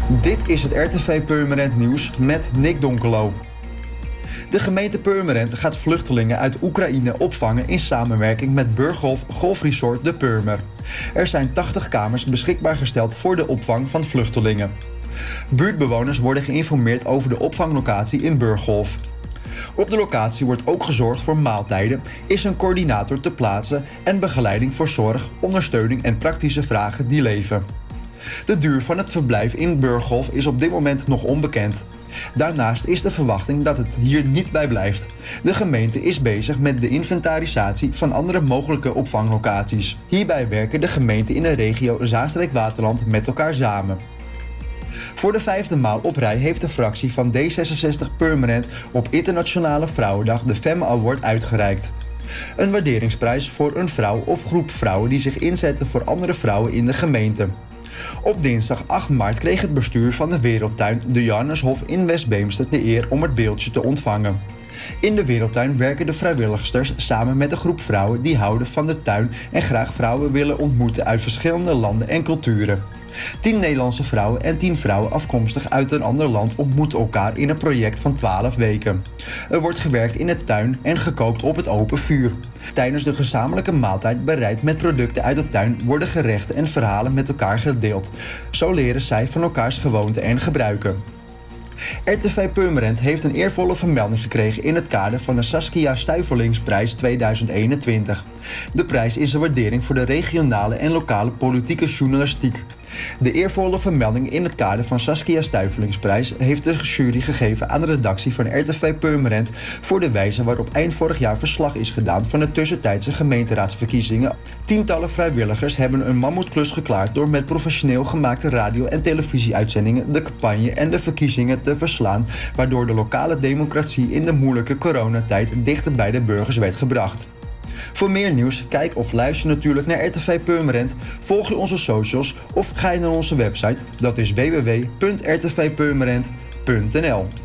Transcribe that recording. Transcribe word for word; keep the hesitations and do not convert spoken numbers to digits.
Dit is het R T V Purmerend Nieuws met Nick Donkelo. De gemeente Purmerend gaat vluchtelingen uit Oekraïne opvangen in samenwerking met Burghof Golfresort De Purmer. Er zijn tachtig kamers beschikbaar gesteld voor de opvang van vluchtelingen. Buurtbewoners worden geïnformeerd over de opvanglocatie in Burghof. Op de locatie wordt ook gezorgd voor maaltijden, is een coördinator te plaatsen en begeleiding voor zorg, ondersteuning en praktische vragen die leven. De duur van het verblijf in Burghof is op dit moment nog onbekend. Daarnaast is de verwachting dat het hier niet bij blijft. De gemeente is bezig met de inventarisatie van andere mogelijke opvanglocaties. Hierbij werken de gemeenten in de regio Zaanstreek-Waterland met elkaar samen. Voor de vijfde maal op rij heeft de fractie van D zesenzestig Purmerend op Internationale Vrouwendag de Femme Award uitgereikt. Een waarderingsprijs voor een vrouw of groep vrouwen die zich inzetten voor andere vrouwen in de gemeente. Op dinsdag acht maart kreeg het bestuur van de Wereldtuin de Johanneshof in West-Beemster de eer om het beeldje te ontvangen. In de Wereldtuin werken de vrijwilligsters samen met een groep vrouwen die houden van de tuin en graag vrouwen willen ontmoeten uit verschillende landen en culturen. Tien Nederlandse vrouwen en tien vrouwen afkomstig uit een ander land ontmoeten elkaar in een project van twaalf weken. Er wordt gewerkt in de tuin en gekookt op het open vuur. Tijdens de gezamenlijke maaltijd bereid met producten uit de tuin worden gerechten en verhalen met elkaar gedeeld. Zo leren zij van elkaars gewoonten en gebruiken. R T V Purmerend heeft een eervolle vermelding gekregen in het kader van de Saskia Stuyvelingsprijs tweeduizend eenentwintig. De prijs is een waardering voor de regionale en lokale politieke journalistiek. De eervolle vermelding in het kader van Saskia Stuyvelingsprijs heeft de jury gegeven aan de redactie van R T V Purmerend voor de wijze waarop eind vorig jaar verslag is gedaan van de tussentijdse gemeenteraadsverkiezingen. Tientallen vrijwilligers hebben een mammoetklus geklaard door met professioneel gemaakte radio- en televisieuitzendingen de campagne en de verkiezingen te verslaan, waardoor de lokale democratie in de moeilijke coronatijd dichter bij de burgers werd gebracht. Voor meer nieuws, kijk of luister natuurlijk naar R T V Purmerend, volg je onze socials of ga je naar onze website, dat is w w w punt r t v purmerend punt n l.